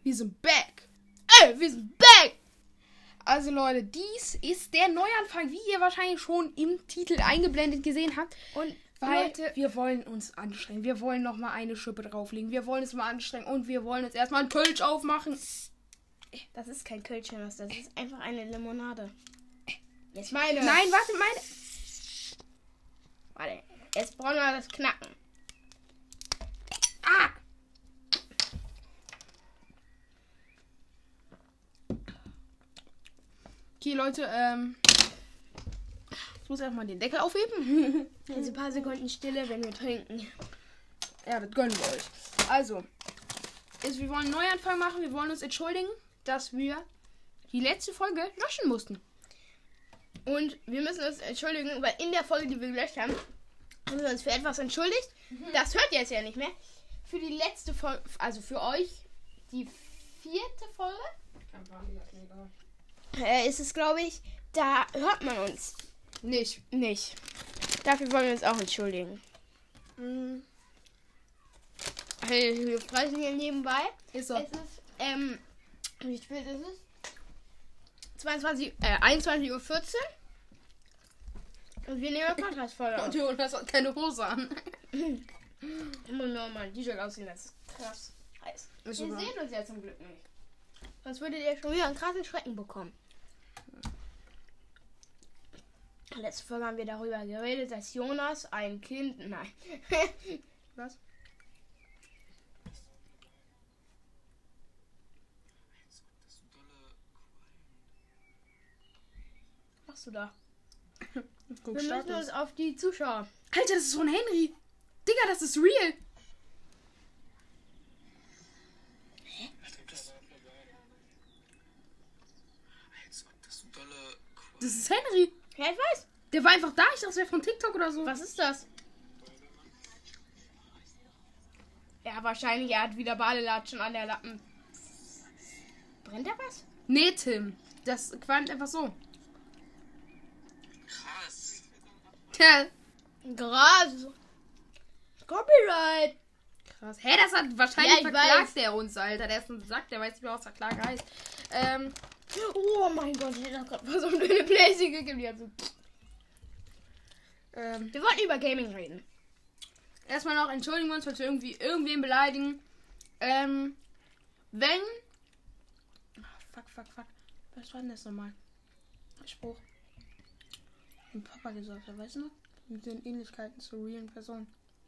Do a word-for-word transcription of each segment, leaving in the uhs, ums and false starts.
Wir sind back. Ey, wir sind back. Also Leute, dies ist der Neuanfang, wie ihr wahrscheinlich schon im Titel eingeblendet gesehen habt. Und weil Leute, wir wollen uns anstrengen. Wir wollen noch mal eine Schippe drauflegen. Wir wollen es mal anstrengen und wir wollen jetzt erstmal einen Kölsch aufmachen. das ist kein Kölschchen, das ist einfach eine Limonade. Jetzt meine. Nein, warte, meine. Warte, jetzt brauchen wir das Knacken. Ah! Okay, Leute, ähm. Ich muss erstmal den Deckel aufheben. Jetzt ein paar Sekunden Stille, wenn wir trinken. Ja, das gönnen wir euch. Also, ist, wir wollen einen Neuanfang machen. Wir wollen uns entschuldigen, dass wir die letzte Folge löschen mussten. Und wir müssen uns entschuldigen, weil in der Folge, die wir gelöscht haben, haben wir uns für etwas entschuldigt. Mhm. Das hört ihr jetzt ja nicht mehr. Für die letzte Folge, also für euch, die vierte Folge, äh, ist es, glaube ich, da hört man uns Nicht. nicht. Dafür wollen wir uns auch entschuldigen. Mhm. Hey, wir sprechen hier nebenbei. Ist so. Es ist, ähm, wie spät ist es? zweiundzwanzig, äh, einundzwanzig Uhr vierzehn. Und wir nehmen eine Podcast-Folge auf. Und Jonas hat keine Hose an. Ich muss mir auch mal ein T-Shirt ausziehen, das ist krass heiß. Ist Ihr super. seht uns ja zum Glück nicht. Sonst würdet ihr schon wieder einen krassen Schrecken bekommen. Letzte Folge haben wir darüber geredet, dass Jonas ein Kind... Nein. Was? Was machst du da? Guck, Wir müssen uns auf die Zuschauer. Alter, das ist von Henry. Digga, das ist real. Hä? Das ist Henry. Ja, ich weiß. Der war einfach da. Ich dachte, das wäre von TikTok oder so. Was ist das? Ja, wahrscheinlich. Er hat wieder Badelatschen an der Lappen. Brennt da was? Nee, Tim. Das qualmt einfach so. Krass. Tja. Gras. Copyright. Krass. Hä, das hat wahrscheinlich Ja, ich verklagt weiß. der uns, Alter. Der ist ein Sack, der weiß nicht mehr, was Verklage heißt. Ähm, Oh mein Gott, ich hätte gerade mal so eine Playsee gegeben. Die hat so- ähm, Wir wollten über Gaming reden. erstmal noch entschuldigen wir uns, falls wir irgendwie irgendwen beleidigen. Ähm, wenn... Ach, fuck, fuck, fuck. Was war denn das nochmal? Spruch. Mit Papa gesagt hat, weißt du noch? Mit den Ähnlichkeiten zu realen Personen.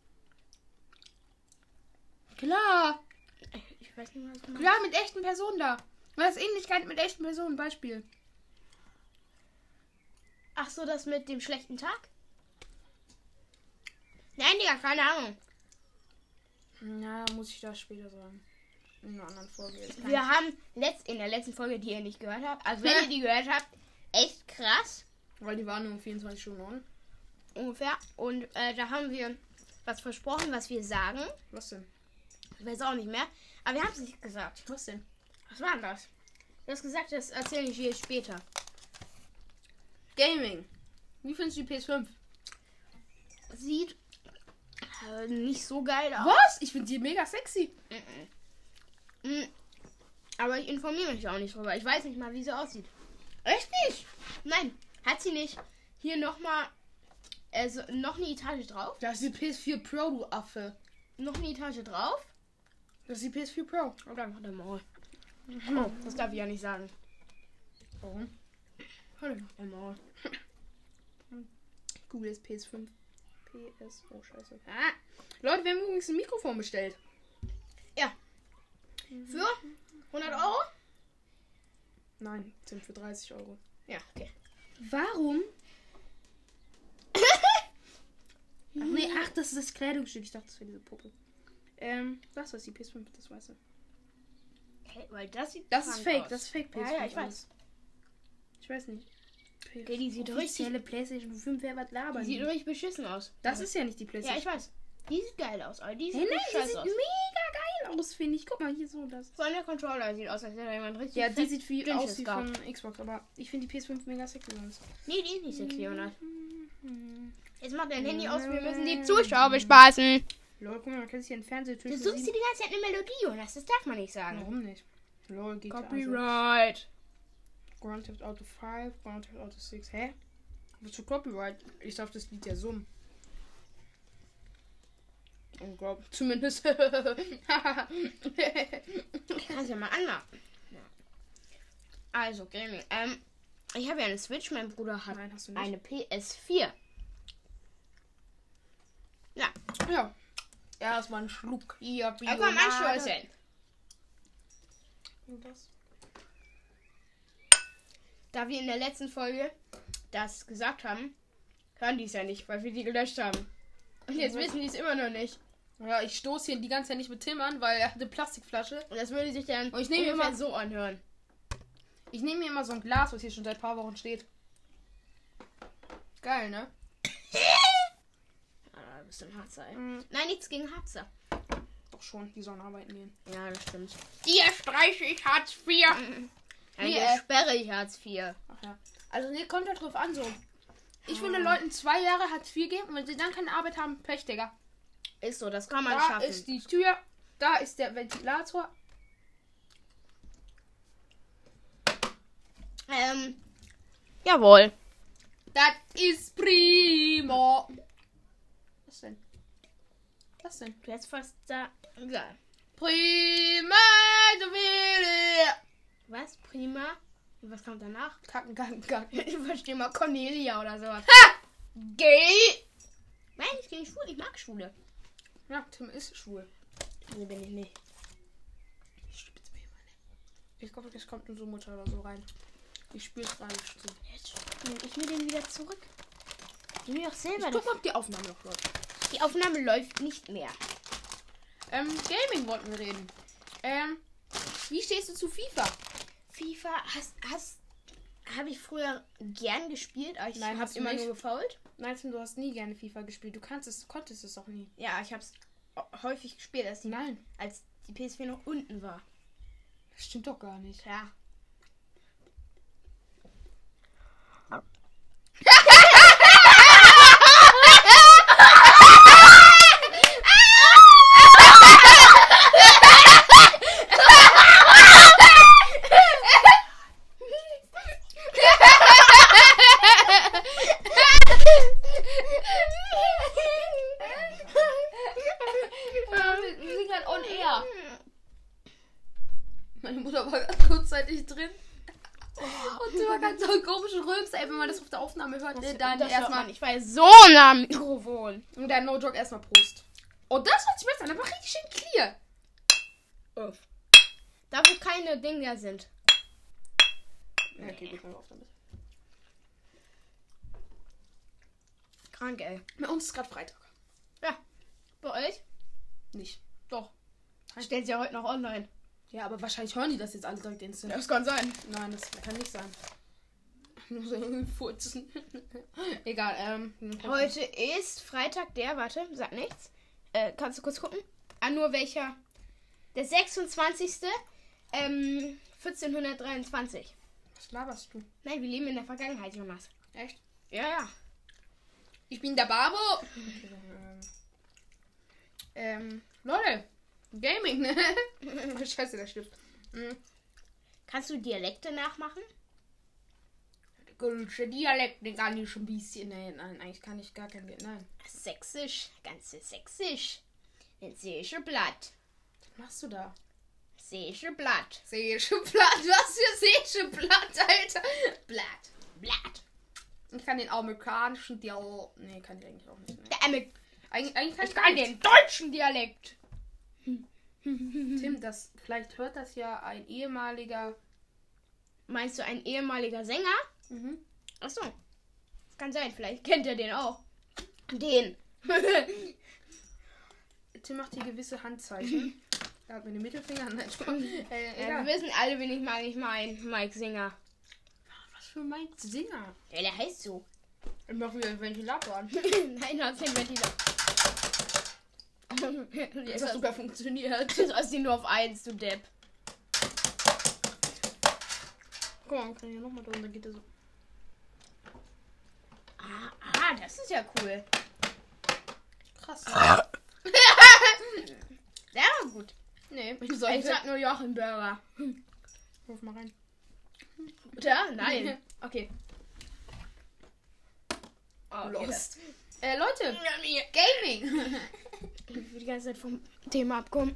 Klar! Ich weiß nicht, was du meinst. Klar, mit echten Personen da. Was ist Ähnlichkeit mit echten Personen? Beispiel. Ach so, das mit dem schlechten Tag? Nein, Digga, keine Ahnung. Na, muss ich das später sagen. In einer anderen Folge. Jetzt kann Wir haben letzt, in der letzten Folge, die ihr nicht gehört habt, also wenn ihr die gehört habt, echt krass, ich, weil die waren nur um vierundzwanzig Stunden on. ungefähr. Und äh, da haben wir was versprochen, was wir sagen. Was denn? Ich weiß auch nicht mehr. Aber wir haben es nicht gesagt. Was denn? Was war denn das? Du hast gesagt, das erzähle ich dir später. Gaming. Wie findest du die P S fünf? Sieht äh, nicht so geil aus. Was? Ich finde die mega sexy. Mhm. Aber ich informiere mich auch nicht drüber. Ich weiß nicht mal, wie sie aussieht. Echt nicht? Nein, hat sie nicht. Hier nochmal, also noch eine Etage drauf. Das ist die P S vier Pro, du Affe. Noch eine Etage drauf. Das ist die P S vier Pro. Und dann hat er Maul. Oh, das darf ich ja nicht sagen. Warum? Halt doch dein Maul. Ich google jetzt P S fünf. P S... Oh, scheiße. Ah. Leute, wir haben übrigens ein Mikrofon bestellt. Ja. Für hundert Euro? Nein, sind für dreißig Euro. Ja, okay. Warum? Ach nee, ach, das ist das Kleidungsstück. Ich dachte, das wäre diese Puppe. Ähm, das ist die P S fünf, das weiß ich. Okay, weil das sieht Das ist krank fake, aus. das ist fake P S Ja, fünf. ja, ich weiß. Ich weiß nicht. Okay, die sieht richtig, Offizielle PlayStation fünf, wer was labern. die sieht richtig beschissen aus. Das ist ja nicht die Ja, PlayStation. ich weiß. Die sieht geil aus, aber die Hey, sieht nein, nicht die scheiße sieht aus. mega geil aus, finde ich. Guck mal, hier so das. Vor allem der Controller sieht aus, als hätte jemand richtig Ja, die fett sieht wie Dünnschiss aus wie gehabt. von Xbox, aber ich finde die P S fünf mega sexy aus. Nee, die ist nicht sexy, Leonard. Mhm. Jetzt macht dein Handy aus, wir müssen die Zuschauer bespaßen. Leute, guck mal, man kann sich hier einen Fernsehteam Du suchst dir die ganze Zeit eine Melodie, Jonas, das darf man nicht sagen. Warum nicht? Lol, G T A Copyright. Grand Theft Auto fünf, Grand Theft Auto sechs. Hä? Was für Copyright? Ich darf das Lied ja summen. Oh Gott, zumindest. Kannst ja mal anmachen. Also, Gaming. Ähm, ich habe ja eine Switch, mein Bruder hat Nein, hast du nicht. eine P S vier. Ja. Ja. Erstmal einen Schluck hier. Aber komm, anstoßen. Und das? Da wir in der letzten Folge das gesagt haben, hören die es ja nicht, weil wir die gelöscht haben. Und jetzt Mhm. wissen die es immer noch nicht. Ja, ich stoße hier die ganze Zeit nicht mit Tim an, weil er hat eine Plastikflasche. Und das würde sich dann Und ich nehme ungefähr immer- so anhören. Ich nehme mir immer so ein Glas, was hier schon seit ein paar Wochen steht. Geil, ne? Ah, du bist ein Harzer, ey. Mhm. Nein, nichts gegen Harzer. Doch schon, die sollen arbeiten gehen. Ja, das stimmt. Dir streiche ich Hartz vier. Ja, Nee, hier äh, sperre ich Hartz vier. Ach ja. Also, nee, kommt ja drauf an, so. Ich würde Leuten zwei Jahre Hartz vier geben und wenn sie dann keine Arbeit haben, Pech, Digga. Ist so, das kann man Da schaffen. ist die Tür, da ist der Ventilator. Ähm, jawohl. Das ist prima. Was denn? Was denn? Du hättest fast da... Egal. Prima, du will. Was? Prima? Und was kommt danach? Kacken, kacken, kacken. Ich verstehe mal Cornelia oder sowas. Ha! Gay! Nein, ich gehe in die Schule. Ich mag Schule. Ja, Tim ist schwul. Nee, bin ich nicht. Ich spitze mir immer nicht. Ich glaube, es kommt unsere Mutter oder so rein. Ich spüre es gerade zu. Jetzt nehme ich mir den wieder zurück. Gib mir doch selber Ich guck mal, ob die Aufnahme noch läuft. das. Die Aufnahme läuft nicht mehr. Ähm, Gaming wollten wir reden. Ähm, wie stehst du zu FIFA? FIFA, hast, hast, habe ich früher gern gespielt, aber ich Nein, habe hast du immer nicht. nur gefault. Nein, Tim, du hast nie gerne FIFA gespielt. Du kannst es, konntest es auch nie. Ja, ich habe es häufig gespielt, als die, Nein, als die P S vier noch unten war. das stimmt doch gar nicht. Ja. Wir sind gerade on air. Meine Mutter war ganz kurzzeitig drin. Und sie war ganz so ein komischer Rülps, ey, wenn man das auf der Aufnahme hört. Ne, dann Das hört erstmal. man. Ich war ja so nah am Mikrofon. Und dann No Joke erstmal Prost. Oh, das hört sich besser an. Aber richtig schön clear. Da wo keine Dinger sind. Ja, okay, gut, mal auf damit. Krank, ey. Bei uns ist gerade Freitag. Ja. Bei euch? Nicht. Doch. Stellt sie ja heute noch online. Ja, aber wahrscheinlich hören die das jetzt alle direkt instant. Das kann sein. Nein, das kann nicht sein. Nur so irgendwie furzen. Egal, ähm. Heute ist Freitag, der, warte, sag nichts. Äh, kannst du kurz gucken? Ah, nur welcher? Der sechsundzwanzigste Ähm, vierzehnhundertdreiundzwanzig. Was laberst du? Nein, wir leben in der Vergangenheit, Jonas. Echt? Ja, ja. Ich bin der Babo. ähm, ähm, Leute. Gaming, ne? Scheiße, das stimmt. Mhm. Kannst du Dialekte nachmachen? Gulsche Dialekt, den kann ich schon ein bisschen. Nein, nein, eigentlich kann ich gar kein Dialekt. Nein. Sächsisch, ganz sächsisch. Ein sächsische Blatt. Was machst du da? Sächsische Blatt. Sächsische Blatt. Was für sächsische Blatt, Alter? Blatt. Blatt. Ich kann den amerikanischen Dialekt. Nee, kann ich eigentlich auch nicht. Ne? Der Amer Eigentlich, eigentlich kann ich ich kann den deutschen Dialekt. Tim, das, vielleicht hört das ja ein ehemaliger. Meinst du ein ehemaliger Sänger? Mhm. Achso. Kann sein, vielleicht kennt er den auch. Den. Tim macht hier gewisse Handzeichen. Er hat mir den Mittelfinger an den Spaß. Äh, Ja, egal. wir wissen alle, wen ich meine. Ich meine Mike Singer. Was für mein Singer? Ja, der heißt so. Ich mach wieder einen Ventilator an. Nein, du hast den Ventilator. Das Jetzt hat hast sogar funktioniert. du hast ihn nur auf eins, du Depp. Guck mal, man kann hier nochmal drin, dann geht er so. Ah, ah, das ist ja cool. Krass. Der war gut. Nee, ich Ich soll sag nur Jochen Burger. Ruf mal rein. Oder? Nein. Okay. Oh, Lost. Äh, Leute. Gaming. Ich will die ganze Zeit vom Thema abkommen.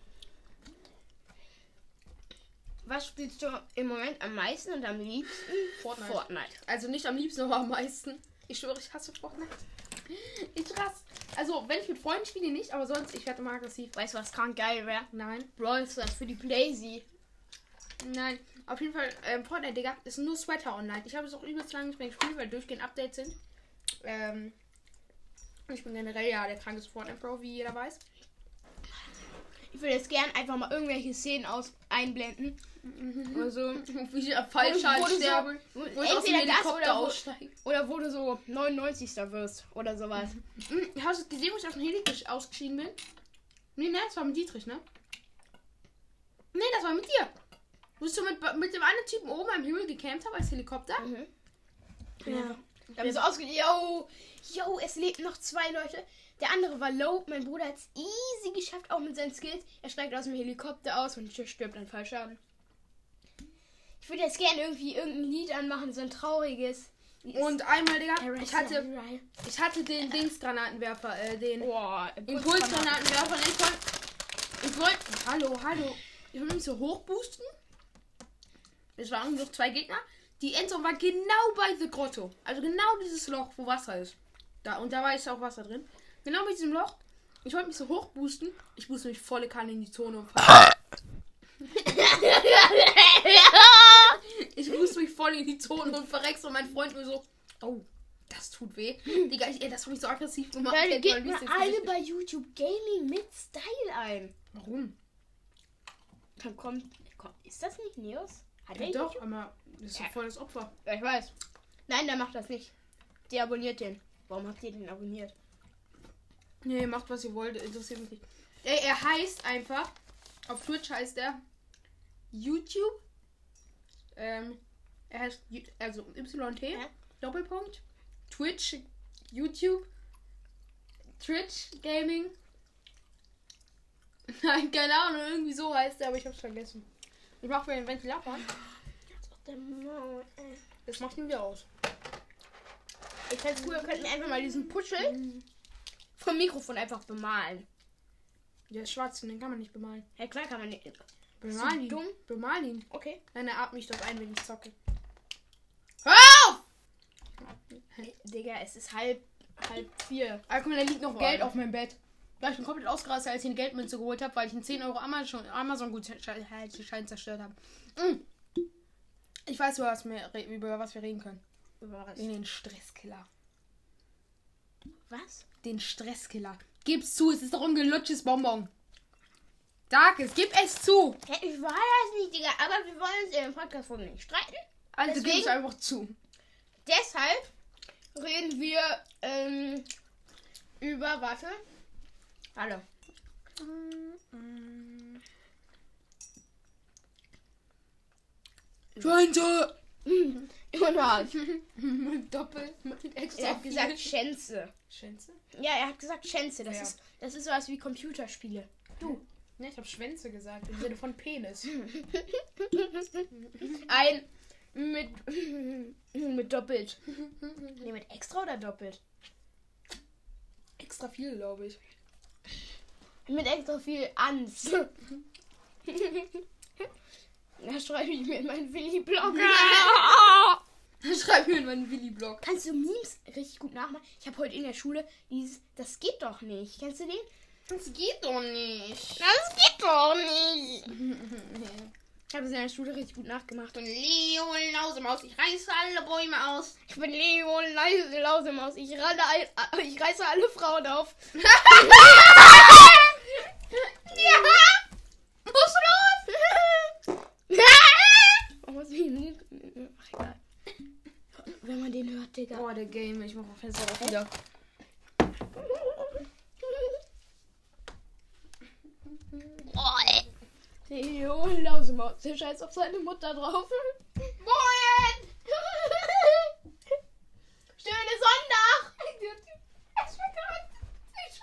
Was spielst du im Moment am meisten und am liebsten? Fortnite. Fortnite. Also nicht am liebsten, aber am meisten. Ich schwöre, ich hasse Fortnite. Ich rass. Also, wenn ich mit Freunden spiele, nicht, aber sonst, ich werde immer aggressiv. Weißt du, was krank geil wäre? Nein. Brawl Stars für die Blazy. Nein. Auf jeden Fall, ähm, Fortnite, Digga, ist nur Sweater online. Ich habe es auch übelst lange nicht mehr gespielt, weil durchgehend Updates sind. Ähm, ich bin generell ja der krankeste Fortnite-Pro, wie jeder weiß. Ich würde jetzt gern einfach mal irgendwelche Szenen aus einblenden. Oder so. Wie ich am Fallschirm Wo du so- sterbe. wo- Wo ich aus dem entweder das Helikopter oder wo- aussteige. Oder wo du so neunundneunzigster wirst. Oder sowas. Mhm. Hast du gesehen, wo ich aus dem Helikopter ausgeschieden bin? Nee, ne, das war mit Dietrich, ne? Nee, das war mit dir. Wo ich so mit, mit dem einen Typen oben am Himmel gecampt habe als Helikopter. Mhm. Ja. Da haben so ausgedacht, yo, yo, es leben noch zwei Leute. Der andere war low. Mein Bruder hat es easy geschafft, auch mit seinen Skills. Er steigt aus dem Helikopter aus und stirbt an Fallschaden. Ich würde jetzt gerne irgendwie irgendein Lied anmachen, so ein trauriges. Und einmal, Digga, ich hatte, ich hatte den Dingsgranatenwerfer, äh, den Boah, Impulsgranatenwerfer. Und ich wollte, ich wollte, hallo, hallo. Ich wollte mich so hochboosten. Es waren nur noch zwei Gegner. Die Endzone war genau bei The Grotto. Also genau dieses Loch, wo Wasser ist. Da, und da war jetzt auch Wasser drin. Genau mit diesem Loch. Ich wollte mich so hochboosten. Ich booste mich volle Kanne in die Zone. Und ich booste mich voll in die Zone und verreckst und mein Freund nur so, oh, das tut weh. Digga, ich, ey, das hat mich so aggressiv gemacht. Leute, Ey, gebt man mal liest jetzt alle nicht. bei YouTube Gaming mit Style ein. Warum? Dann kommt, kommt ist das nicht Neos? Hat Ja, er doch, YouTube? aber das ist doch voll das Opfer. Ja, ich weiß. Nein, der macht das nicht. Der abonniert den. Warum habt ihr den abonniert? Nee, macht was ihr wollt, interessiert mich nicht. Ey, er heißt einfach, auf Twitch heißt er YouTube. Ähm, er heißt, Ju- also Y T, Ja. Doppelpunkt, Twitch, YouTube, Twitch Gaming. Nein, keine Ahnung, irgendwie so heißt er, aber ich hab's vergessen. Ich mach mir den Ventilator an. Das macht ihn wieder aus. Ich fände cool, wir könnten einfach mal diesen Puschel vom Mikrofon einfach bemalen. Der ist schwarz, den kann man nicht bemalen. Ja, klar kann man nicht. Bemal du ihn. dumm? Bemal ihn. Okay. Nein, er atmet mich dort ein, wenn ich zocke. Hör auf! Hey, Digga, es ist halb, halb vier. Ah, guck mal, da liegt noch Boah. Geld auf meinem Bett. Da ich bin komplett ausgerastet, als ich eine Geldmünze geholt habe, weil ich einen zehn Euro Amazon, Amazon Gutschein zerstört habe. Mm. Ich weiß, über was, wir, re- über was wir reden können. Über was? Den Stresskiller. Was? Den Stresskiller. Gib's zu, es ist doch ein gelutschtes Bonbon. Darkes, gib es zu. Ja, ich weiß das nicht, Digga, aber wir wollen uns in dem Podcast wohl nicht streiten. Also Deswegen- gib es einfach zu. Deshalb reden wir ähm, über, warte. Hallo. Schwänze! Immer noch. Doppelt, mit extra Er hat viel. gesagt Schänze. Schwänze? Ja, er hat gesagt Schänze. Das Ja. ist das ist sowas wie Computerspiele. Du. Ne, ich habe Schwänze gesagt, im Sinne von Penis. Ein mit mit doppelt. Nee, mit extra oder doppelt? Extra viel, glaube ich. Mit extra viel Ans. Da schreibe ich mir in meinen Willi-Blog. Schreib mir in meinen Willi-Blog. Kannst du Memes richtig gut nachmachen? Ich habe heute in der Schule dieses, das geht doch nicht. Kennst du den? Das geht doch nicht. Das geht doch nicht. Ich habe es in der Schule richtig gut nachgemacht. Und Leo Lausemaus, ich reiße alle Bäume aus. Ich bin Leo Leise Lausemaus. Ich, ralle ein, ich reiße alle Frauen auf. Ja! Muss los! Oh, was wie- Ach, egal. Wenn man den hört, Digga. Boah, der Game, ich mach auf Fenster auch wieder. Leo Lausemaus. Der scheißt auf seine Mutter drauf. Moin! Schöne Sonntag.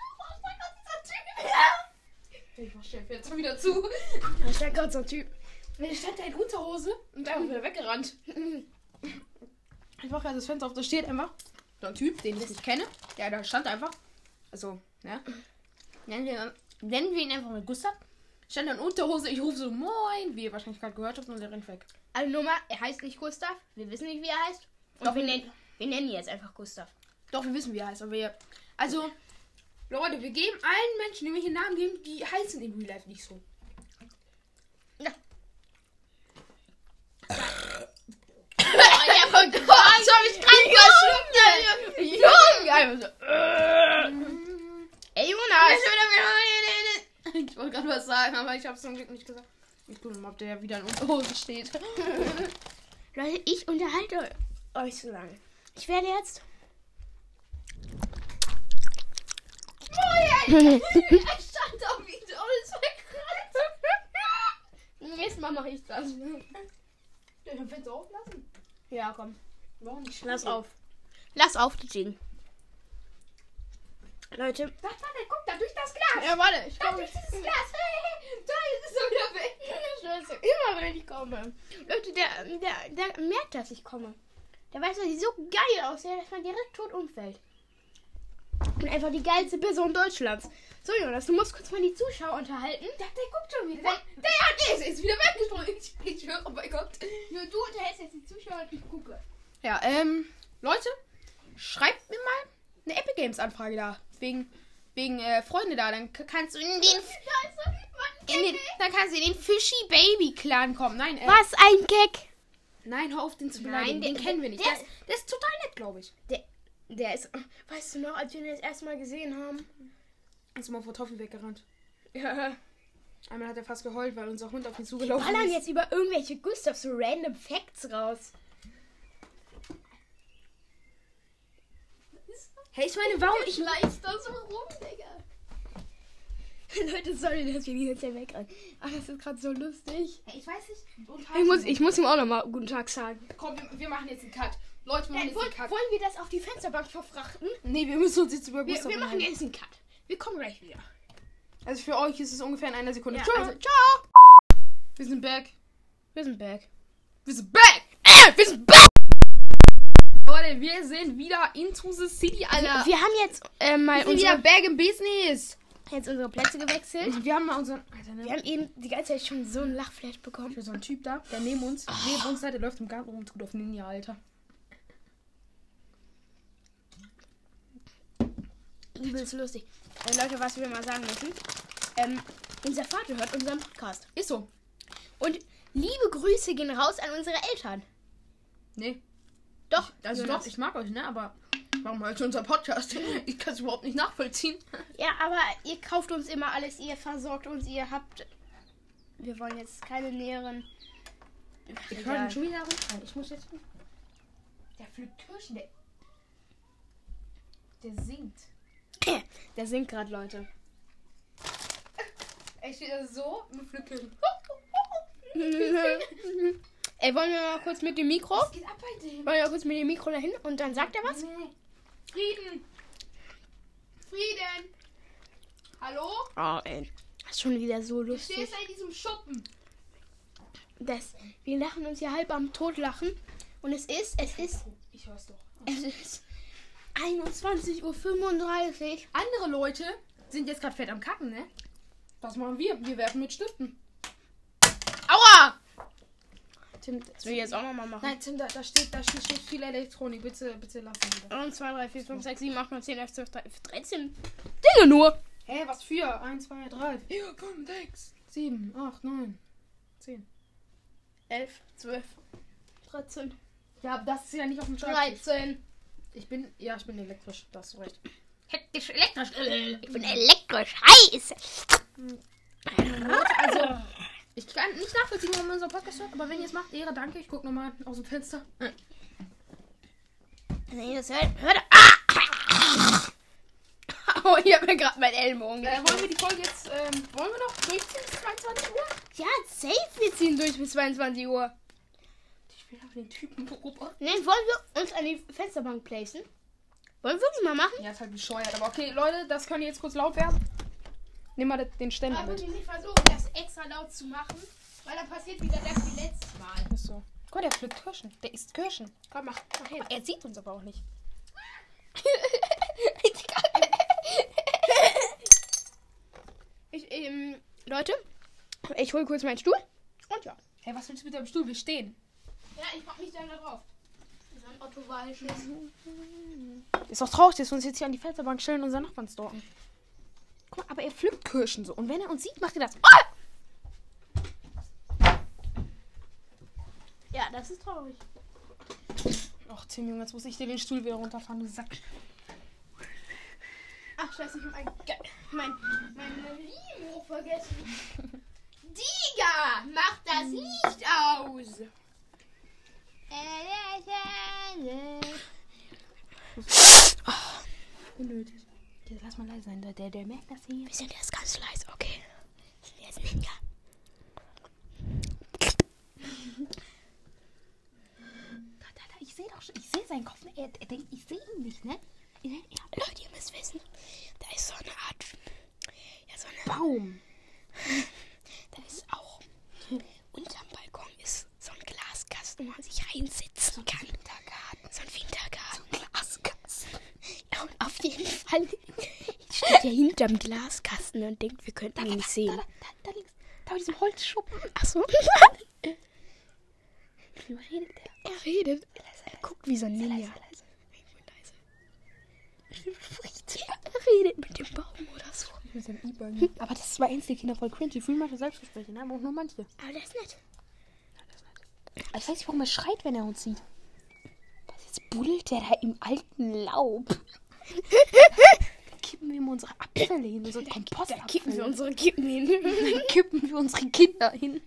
Ich mach Chef jetzt wieder zu. Da ist der gerade so ein Typ. Der stand da in Unterhose und einfach wieder weggerannt. Einfach gerade das Fenster auf, da steht einfach so ein Typ, den ich nicht kenne. Ja, da stand einfach. Also, ja. Nennen wir, nennen wir ihn einfach mal Gustav. Stand da in Unterhose, ich rufe so moin, wie ihr wahrscheinlich gerade gehört habt, und der rennt weg. Also Nummer, er heißt nicht Gustav. Wir wissen nicht, wie er heißt. Und Doch, wir, wir- nennen, wir nennen ihn jetzt einfach Gustav. Doch, wir wissen, wie er heißt, aber wir. Also, Leute, wir geben allen Menschen, die mir hier Namen geben, die heißen in Real Life nicht so. Ja. Ja, von Gott, so hab ich gerade verschluckt. Junge! Einfach so. Ey, Jonas! Ich wollte gerade was sagen, aber ich habe es zum Glück nicht gesagt. Ich gucke mal, ob der wieder in Unterhose steht. Leute, ich unterhalte euch so lange. Ich werde jetzt... Oh ja, er stand auf wie doll ist weggerannt. Nächstes Mal mache ich das. Ich hab Fenster auflassen. Ja, komm. Warum nicht? Lass auf. Lass auf, die Ding. Leute. Da, da, der guckt da durch das Glas. Ja, warte, ich Da komme. durch dieses Glas. Da ist es wieder weg. Scheiße, immer wenn ich komme. Leute, der, der, der merkt, dass ich komme. Der weiß, dass ich so geil aussehe, dass man direkt tot umfällt. Und einfach die geilste Person Deutschlands. So, Jonas, du musst kurz mal die Zuschauer unterhalten. Der, der guckt schon wieder. Der, der, der ist, ist wieder weggesprungen. Ich, ich höre, oh mein Gott. Nur du unterhältst jetzt die Zuschauer und ich gucke. Ja, ähm, Leute, schreibt mir mal eine Epic Games Anfrage da. Wegen, wegen, äh, Freunde da. Dann k- kannst du in den, in den, dann kannst du in den Fishy Baby Clan kommen. Nein, äh, Was ein Gag. nein, hör auf, den zu Nein, beleidigen. der- Den kennen wir nicht. der- Der, ist, der ist total nett, glaube ich. Der, der ist, weißt du noch, als wir ihn das erste Mal gesehen haben? Ist mal vor Toffee weggerannt. Ja. Einmal hat er fast geheult, weil unser Hund auf ihn zugelaufen Ballern ist. jetzt über irgendwelche Gustav so random Facts raus. Hey, ich meine, warum ich... schleichst da so rum, Digga? Leute, sorry, dass wir die ganze Zeit wegrennen. Aber das ist gerade so lustig. Hey, ich weiß nicht... Ich muss, ich muss ihm auch nochmal guten Tag sagen. Komm, wir, wir machen jetzt einen Cut. Leute, wir machen Nein, jetzt wollen, einen Cut. wollen wir das auf die Fensterbank verfrachten? Nee, wir müssen uns jetzt über Wir, Gustav wir machen unterhalten. jetzt einen Cut. Wir kommen gleich wieder. Also für euch ist es ungefähr in einer Sekunde. Ja, Tschö. also, ciao. Wir sind back. Wir sind back. Wir sind back. Äh, wir sind back. Leute, wir sind wieder into the city, Alter. Wir haben jetzt äh, mal Wir sind wieder unsere, back im Business. jetzt unsere Plätze gewechselt. Wir haben mal unseren... Alter, ne? Wir haben eben die ganze Zeit schon so ein Lachflash bekommen. Für so einen Typ da, der neben uns, neben uns, der läuft im Garten rum und tut auf Ninja, Alter. Übelst lustig. Äh, Leute, was wir mal sagen müssen. Ähm, unser Vater hört unseren Podcast. Ist so. Und liebe Grüße gehen raus an unsere Eltern. Nee. Doch, Also Jonas. doch, ich mag euch, ne? Aber warum hört ihr unser Podcast? Ich kann es überhaupt nicht nachvollziehen. Ja, aber ihr kauft uns immer alles, ihr versorgt uns, ihr habt... Wir wollen jetzt keine näheren... Ich Egal. höre den schon wieder runter. Ich muss jetzt... Der pflückt Kirschen, der... Der singt. Der singt gerade, Leute. Er steht da so und pflückt Kirschen. Ey, wollen wir mal kurz mit dem Mikro? Was geht ab bei dem? Wollen wir mal kurz mit dem Mikro dahin und dann sagt er was? Nee. Frieden. Frieden. Hallo? Oh, ey. Das ist schon wieder so Du lustig. stehst da in diesem Schuppen. Das, wir lachen uns ja halb am Totlachen. Und es ist, es ist, Ich hör's doch. es ist einundzwanzig Uhr fünfunddreißig. Andere Leute sind jetzt gerade fett am Kacken, ne? Was machen wir? Wir werfen mit Stiften. Aua! Tim, das will ich jetzt auch nochmal machen. Nein, Tim, da, da, steht, da steht steht viel Elektronik. Bitte, bitte lass ihn wieder. eins, zwei, drei, vier, fünf, sechs, sieben, acht, neun, zehn, elf, zwölf, dreizehn Dinge nur. Hä, was für? eins, zwei, drei, vier, fünf, sechs, sieben, acht, neun, zehn. elf, zwölf, dreizehn, Ja, aber das ist ja nicht auf dem Schreibtisch. dreizehn. Ich bin, ja, ich bin elektrisch. Da hast du recht. Hektisch, elektrisch. Ich bin elektrisch heiß. Also, ich kann nicht nachvollziehen, warum man so Podcast hört, aber wenn ihr es macht, Ehre, danke. Ich guck nochmal aus dem Fenster. Nee, das hört. hört ah! Oh, ich hab mir gerade meinen Ellenbogen Äh, gestoßen. wollen wir die Folge jetzt, ähm, wollen wir noch durchziehen bis zweiundzwanzig Uhr? Ja, safe, wir ziehen durch bis zweiundzwanzig Uhr. Ich will auf den Typen Robot. Nein, wollen wir uns an die Fensterbank placen? Wollen wir wirklich mal machen? Ja, ist halt bescheuert. Aber okay, Leute, das kann jetzt kurz laut werden. Nimm mal den Ständer Aber mit. wir nicht versuchen, das extra laut zu machen. Weil dann passiert wieder das wie letztes Mal. Ist so. Guck mal, der pflückt Kirschen. Der isst Kirschen. Komm, mach, mach hin. Er sieht uns aber auch nicht. Ich, ähm, Leute, ich hole kurz meinen Stuhl. Und ja. Hey, was willst du mit deinem Stuhl? Wir stehen. Ja, ich mach mich dann da drauf. So ein Otto Walsches. Ist doch traurig, dass wir uns jetzt hier an die Fensterbank stellen und unseren Nachbarn stalken. Guck mal, aber er pflückt Kirschen so. Und wenn er uns sieht, macht er das. Ah! Ja, das ist traurig. Ach, Tim, Junge, jetzt muss ich dir den Stuhl wieder runterfahren, du Sack. Ach, scheiße, ich hab mein, mein, mein Limo vergessen. Digga, mach das Licht aus. Oh, unnötig. Jetzt lass mal leise sein, der, der, der merkt das hier. Wir sind jetzt ganz leise, okay. Jetzt Ninja. Da, da, da, ich sehe doch schon, ich sehe seinen Kopf. Er, er denkt, ich sehe ihn nicht, ne? Ja. Leute, ihr müsst wissen, da ist so eine Art, ja, so eine Baum. Da ist auch, unterm Balkon ist so ein Glaskasten, wo man sich reinsetzen kann. Wintergarten. So ein Wintergarten. So ein Glaskasten. Ja, und auf jeden Fall steht er hinterm Glaskasten und denkt, wir könnten Da, ihn da, nicht da, sehen. da, da, da links. Da bei diesem Holzschuppen. Achso. Wie redet der? Er redet. Er guckt wie so ein Ninja. Leise, leise. Ja, er redet mit dem Baum oder so. Mit dem E-Bug. Aber das ist bei Einzelkinder voll cringe. Die fühlen manche Selbstgespräche, ne? Aber auch nur manche. Aber das ist nett. Aber ich weiß nicht, warum er schreit, wenn er uns sieht. Was jetzt buddelt der da im alten Laub? Da kippen wir ihm unsere Abfälle hin, unsere Kompostabfälle. Da kippen wir unsere Kippen hin. Da kippen wir unsere Kinder hin.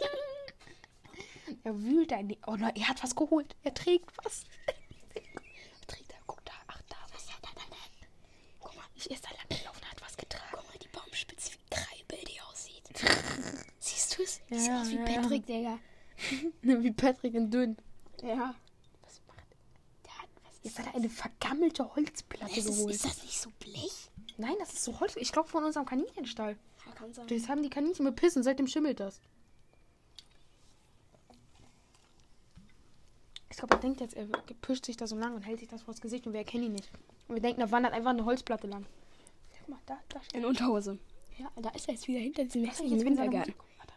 Er wühlt da in die... Oh nein, er hat was geholt. Er trägt was. Er trägt da, guck da, ach da, was hat er da? Guck mal, ich ist da lang gelaufen, hat was getragen. Guck mal, die Baumspitze, wie Kreibel die aussieht. Siehst du es? Ja, Sieht aus wie ja, Patrick, Digga. Wie Patrick in dünn. Ja. Was macht der? Hat, was jetzt hat er eine vergammelte Holzplatte Ist, es, geholt. ist das nicht so Blech? Nein, das ist so Holz. Ich glaube von unserem Kaninchenstall. Ja, kann sein. Das haben die Kaninchen bepissen, seitdem schimmelt das. Ich glaube, er denkt jetzt, er pischt sich da so lang und hält sich das vors Gesicht und wir erkennen ihn nicht. Und wir denken, da wandert einfach eine Holzplatte lang. Guck mal, da, da steht In Unterhose. Ja, Da ist er jetzt wieder hinter diesem was ist hässlichen jetzt mit seiner Wintergarten. Musik? Warte.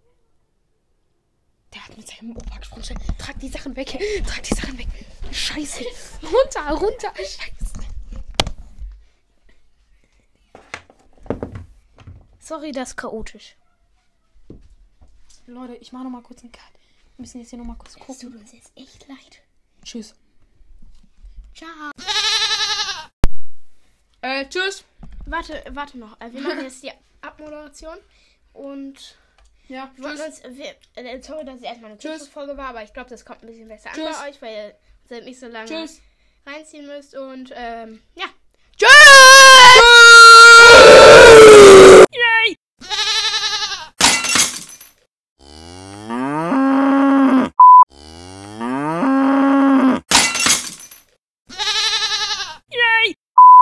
Der hat mit seinem Opa gesprochen. Schnell, trag die Sachen weg. Trag die Sachen weg. Scheiße. Runter, runter. Scheiße. Sorry, das ist chaotisch. Leute, ich mache noch mal kurz einen Cut. Wir müssen jetzt hier noch mal kurz Es tut gucken. uns jetzt echt leid. Tschüss. Ciao. Äh, tschüss. Warte, warte noch. Äh, Wir machen jetzt die Abmoderation. Und Ja, wir wollten tschüss. uns, wir, äh, sorry, dass es erstmal eine Tschüss. kurze Folge war, aber ich glaube, das kommt ein bisschen besser Tschüss. an bei euch, weil ihr seid nicht so lange Tschüss. reinziehen müsst. Und ähm, ja,